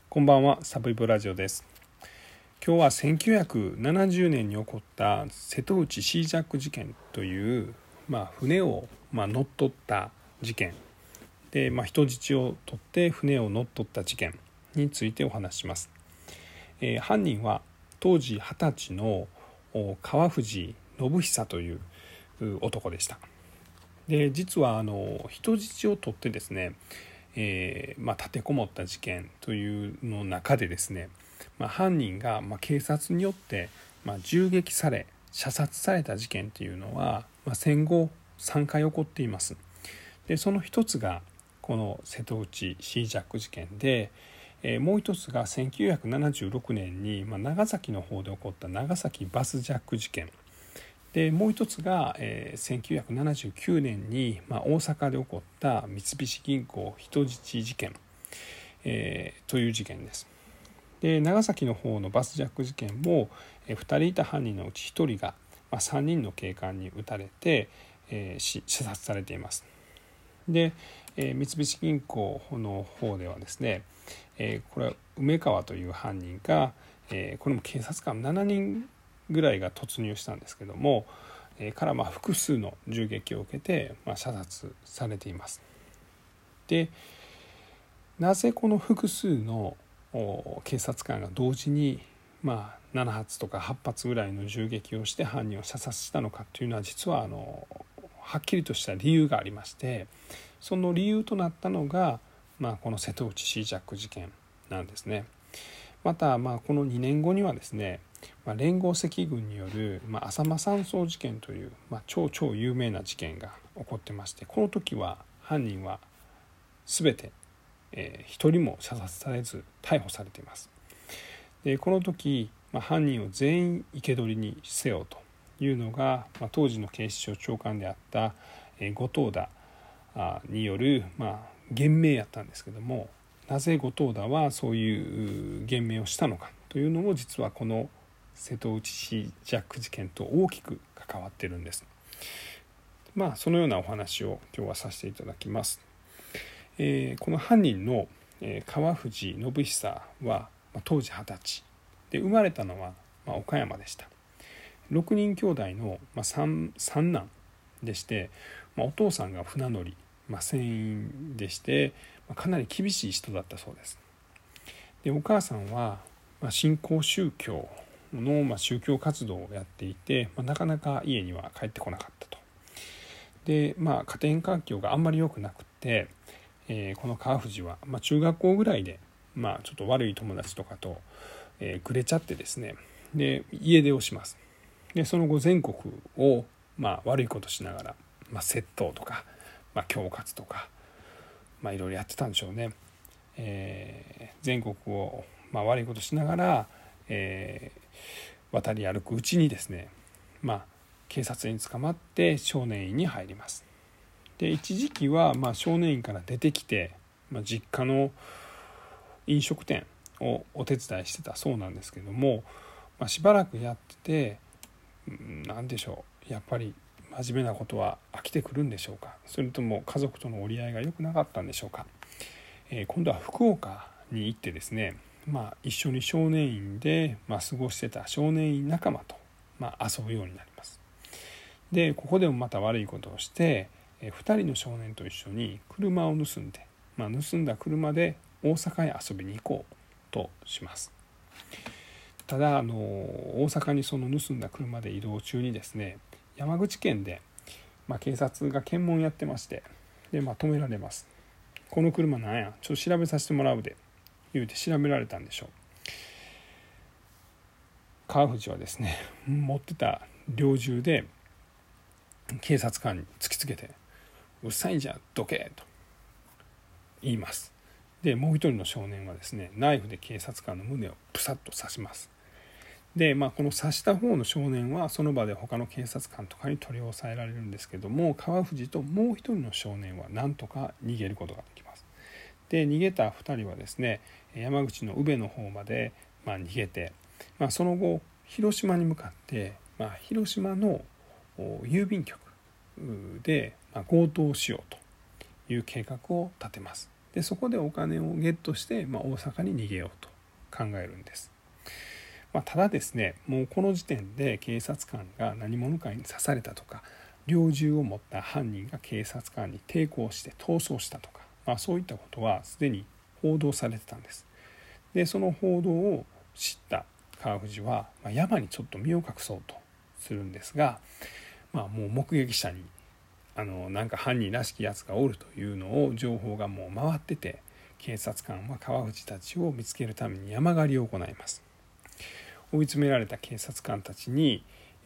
こんばんは、サブイボラジオです。今日は1970年に起こった瀬戸内シージャック事件という、船を乗っ取った事件で、人質を取って船を乗っ取った事件についてお話しします。犯人は当時20歳の川藤信久という男でした。で、実は人質を取ってですね、立てこもった事件というの中でですね、犯人が警察によって銃撃され射殺された事件というのは、戦後3回起こっています。でその一つがこの瀬戸内シージャック事件で、もう一つが1976年に、長崎の方で起こった長崎バスジャック事件で、もう一つが、1979年に、大阪で起こった三菱銀行人質事件、という事件です。で長崎の方のバスジャック事件も、2人いた犯人のうち1人が、3人の警官に撃たれて、射殺されています。で、三菱銀行の方ではですね、これは梅川という犯人が、これも警察官7人ぐらいが突入したんですけども、から複数の銃撃を受けて、射殺されています。でなぜこの複数の警察官が同時に、7発とか8発ぐらいの銃撃をして犯人を射殺したのかというのは、実ははっきりとした理由がありまして、その理由となったのが、この瀬戸内シージャック事件なんですね。また、この2年後にはですね、連合赤軍による、浅間山荘事件という、超有名な事件が起こってまして、この時は犯人は全て、一人も射殺されず逮捕されています。でこの時、犯人を全員生け捕りにせよというのが、当時の警視庁長官であった、後藤田による、厳命やったんですけども、なぜ後藤田はそういう厳命をしたのかというのも、実はこの瀬戸内シージャック事件と大きく関わっているんです。そのようなお話を今日はさせていただきます。この犯人の川藤信久は当時20歳で、生まれたのは岡山でした。6人兄弟の三男でして、お父さんが船乗り、船員でして、かなり厳しい人だったそうです。でお母さんは新興宗教の宗教活動をやっていて、なかなか家には帰ってこなかったと。で家庭環境があんまり良くなくて、この川藤は、中学校ぐらいで、ちょっと悪い友達とかと、ぐれちゃってですね、で家出をします。でその後全国を、悪いことしながら、窃盗とか、恐喝とか、いろいろやってたんでしょうね。全国を、悪いことしながら、渡り歩くうちにですね、警察に捕まって少年院に入ります。で一時期は少年院から出てきて、実家の飲食店をお手伝いしてたそうなんですけども、しばらくやってて、何でしょう、やっぱり真面目なことは飽きてくるんでしょうか、それとも家族との折り合いが良くなかったんでしょうか。今度は福岡に行ってですね、一緒に少年院で、過ごしてた少年院仲間と、遊ぶようになります。でここでもまた悪いことをして、2人の少年と一緒に車を盗んで、盗んだ車で大阪へ遊びに行こうとします。ただ大阪にその盗んだ車で移動中にですね、山口県で、警察が検問やってまして、で、止められます。この車なんや、ちょっと調べさせてもらうで言うて調べられたんでしょう。川藤はですね、持ってた猟銃で警察官に突きつけて、うっさいんじゃどけと言います。でもう一人の少年はですね、ナイフで警察官の胸をプサッと刺します。でこの刺した方の少年はその場で他の警察官とかに取り押さえられるんですけども、川藤ともう一人の少年はなんとか逃げることができます。で逃げた2人はですね、山口の宇部の方まで逃げて、その後広島に向かって、広島の郵便局で強盗をしようという計画を立てます。 でそこでお金をゲットして、大阪に逃げようと考えるんです。ただですね、もうこの時点で警察官が何者かに刺されたとか、猟銃を持った犯人が警察官に抵抗して逃走したとか、そういったことはすでに報道されてたんです。でその報道を知った川藤は、山にちょっと身を隠そうとするんですが、もう目撃者になんか犯人らしきやつがおるというのを情報がもう回ってて、警察官は川藤たちを見つけるために山狩りを行います。追い詰められた警察官たちに、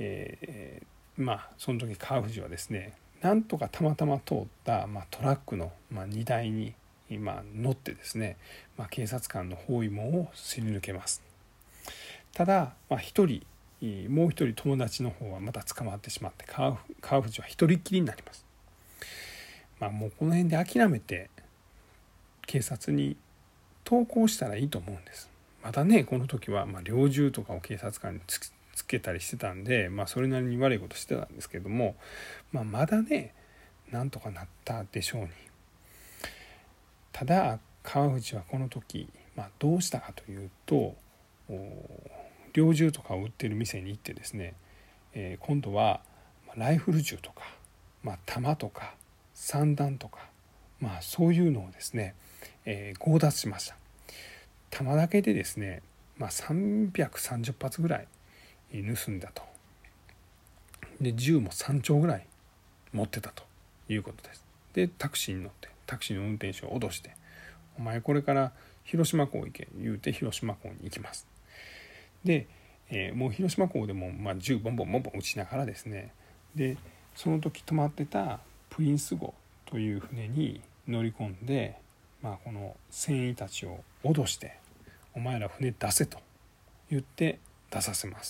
その時川藤はですね、なんとかたまたま通った、トラックの、荷台に乗ってですね、警察官の包囲網をすり抜けます。ただ、もう一人友達の方はまた捕まってしまって、川藤は一人っきりになります。もうこの辺で諦めて警察に投降したらいいと思うんです。またね、この時は猟銃とかを警察官につけたりしてたんで、それなりに悪いことしてたんですけども、まだねなんとかなったでしょうに。ただ川藤はこの時、どうしたかというと、猟銃とかを売ってる店に行ってですね、今度はライフル銃とか、弾とか散弾とか、そういうのをですね、強奪しました。弾だけでですね、330発ぐらい盗んだと。で銃も3丁ぐらい持ってたということです。でタクシーに乗って、タクシーの運転手を脅して、お前これから広島港行け言うて広島港に行きます。で、もう広島港でも銃ボンボン撃ちながらですね、でその時泊まってたプリンス号という船に乗り込んで、この船員たちを脅して、お前ら船出せと言って出させます。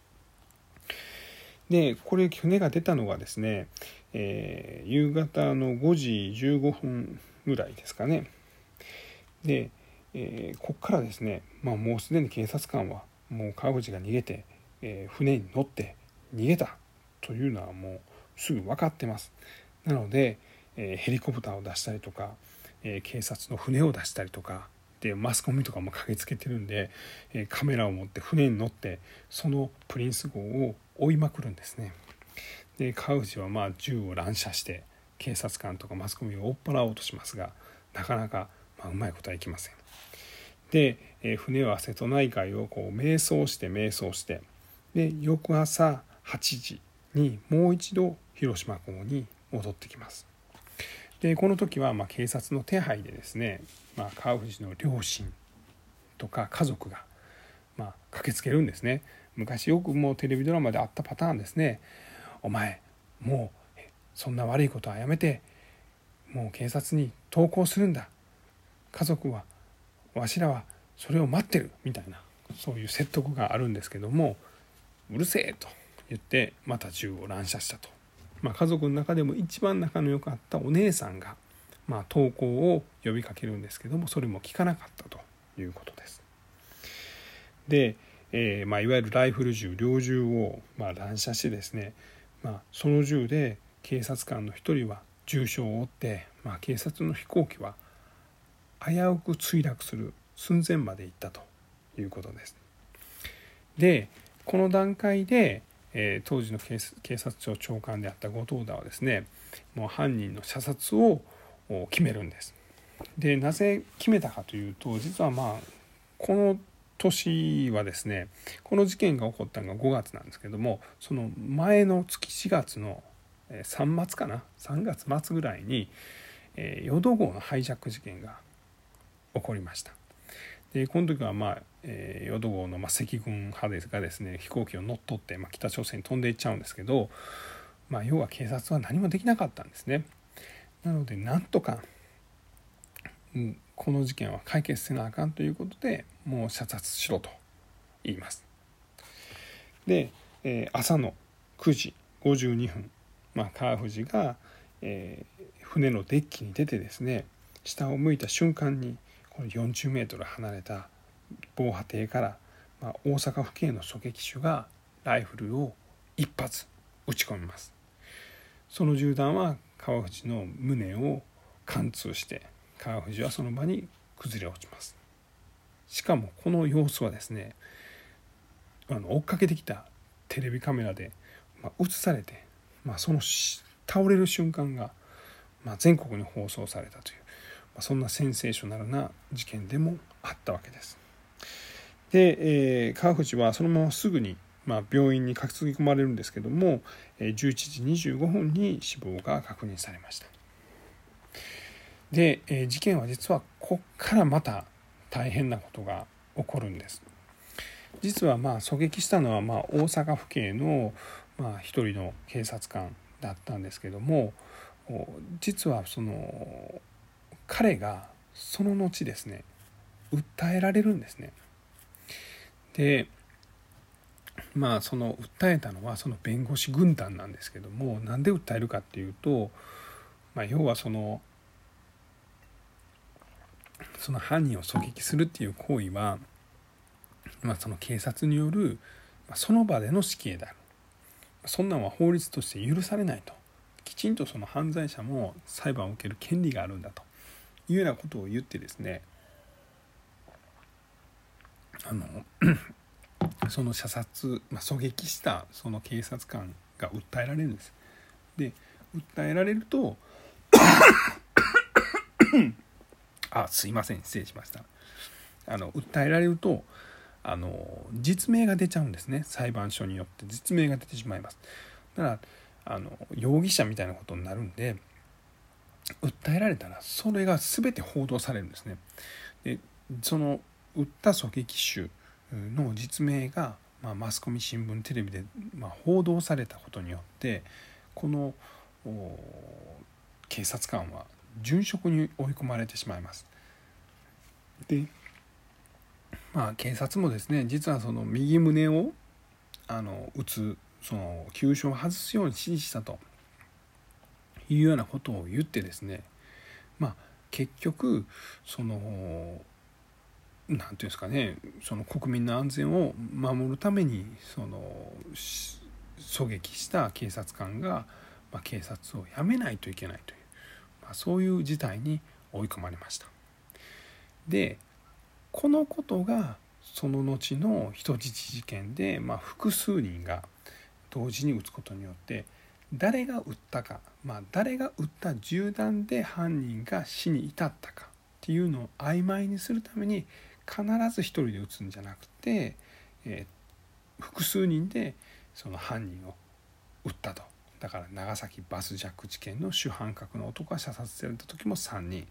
でこれ船が出たのがですね、夕方の5時15分ぐらいですかね。で、ここからですね、もうすでに警察官はもう川口が逃げて、船に乗って逃げたというのはもうすぐ分かってます。なので、ヘリコプターを出したりとか、警察の船を出したりとかで、マスコミとかも駆けつけてるんで、カメラを持って船に乗ってそのプリンス号を追いまくるんですね。で川口は銃を乱射して警察官とかマスコミを追っ払おうとしますが、なかなかうまいことはいきません。で、船は瀬戸内海をこう迷走してで翌朝8時にもう一度広島港に戻ってきます。でこの時は警察の手配でですね、川藤の両親とか家族が駆けつけるんですね。昔よくもうテレビドラマであったパターンですね。お前もうそんな悪いことはやめて、もう警察に投降するんだ、家族はわしらはそれを待ってるみたいな、そういう説得があるんですけども、うるせえと言ってまた銃を乱射したと。家族の中でも一番仲の良かったお姉さんが投降を呼びかけるんですけども、それも聞かなかったということです。で、いわゆるライフル銃、猟銃を乱射してですね、その銃で警察官の一人は重傷を負って、警察の飛行機は危うく墜落する寸前まで行ったということです。でこの段階で、当時の警察庁長官であった後藤田はですね、もう犯人の射殺を決めるんです。でなぜ決めたかというと、実はこの年はですね、この事件が起こったのが5月なんですけども、その前の月4月の3月かな、3月末ぐらいに淀号のハイジャック事件が起こりました。でこの時は淀号の赤軍派がですね、飛行機を乗っ取って、北朝鮮に飛んでいっちゃうんですけど、要は警察は何もできなかったんですね。なのでなんとか、この事件は解決せなあかんということで、もう射殺しろと言います。で、朝の9時52分、川藤が、船のデッキに出てですね、下を向いた瞬間にこの40メートル離れた防波堤から、大阪府警の狙撃手がライフルを一発撃ち込みます。その銃弾は川藤の胸を貫通して川藤はその場に崩れ落ちます。しかもこの様子はですね、追っかけてきたテレビカメラで映されて、その倒れる瞬間が全国に放送されたという、そんなセンセーショナルな事件でもあったわけです。で、川藤はそのまますぐに病院に担ぎ込まれるんですけども、11時25分に死亡が確認されました。で、事件は実はこっからまた大変なことが起こるんです。実は狙撃したのは大阪府警の一人の警察官だったんですけども、実はその彼がその後ですね訴えられるんですね。でその訴えたのはその弁護士軍団なんですけども、なんで訴えるかっていうと、要はその犯人を狙撃するっていう行為は、その警察によるその場での死刑である、そんなんは法律として許されないと、きちんとその犯罪者も裁判を受ける権利があるんだというようなことを言ってですね、その射殺、狙撃したその警察官が訴えられるんです。で訴えられるとすいません、失礼しました。訴えられると実名が出ちゃうんですね。裁判所によって実名が出てしまいます。だから容疑者みたいなことになるんで、訴えられたらそれが全て報道されるんですね。でその撃った狙撃手の実名が、マスコミ、新聞、テレビで、報道されたことによって、この警察官は殉職に追い込まれてしまいます。で警察もですね、実はその右胸を撃つ、その急所を外すように指示したというようなことを言ってですね、結局そのなんていうんですかね、その国民の安全を守るためにその狙撃した警察官が、警察を辞めないといけないという、そういう事態に追い込まれました。でこのことがその後の人質事件で、複数人が同時に撃つことによって誰が撃ったか、誰が撃った銃弾で犯人が死に至ったかっていうのを曖昧にするために、必ず一人で撃つんじゃなくて、複数人でその犯人を撃ったと。だから長崎バスジャック事件の主犯格の男が射殺された時も3人、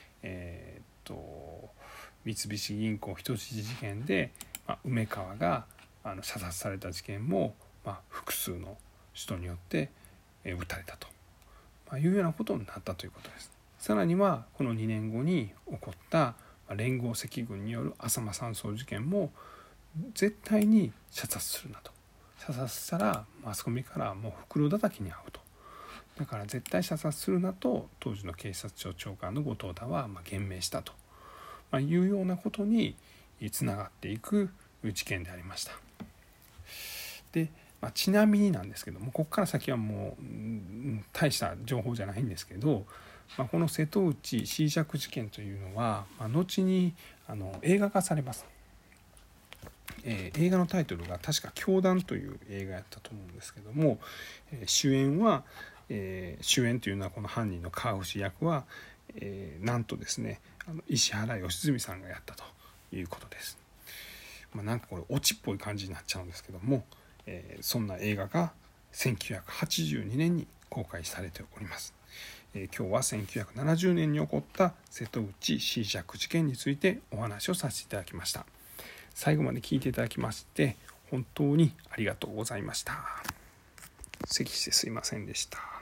三菱銀行人質事件で、梅川が射殺された事件も、複数の人によって、撃たれたというようなことになったということです。さらにはこの2年後に起こった連合赤軍による浅間山荘事件も絶対に射殺するなと。射殺したらマスコミからもう袋叩きに遭うと。だから絶対射殺するなと当時の警察庁長官の後藤田は言明したというようなことにつながっていく事件でありました。で、ちなみになんですけども、ここから先はもう大した情報じゃないんですけど、この瀬戸内シージャック事件というのは、後に映画化されます。映画のタイトルが確か教団という映画やったと思うんですけども、主演というのはこの犯人の川藤役は、なんとですね石原良純さんがやったということです。なんかこれオチっぽい感じになっちゃうんですけども、そんな映画が1982年に公開されております。今日は1970年に起こった瀬戸内シージャック事件についてお話をさせていただきました。最後まで聞いていただきまして本当にありがとうございました。咳してすいませんでした。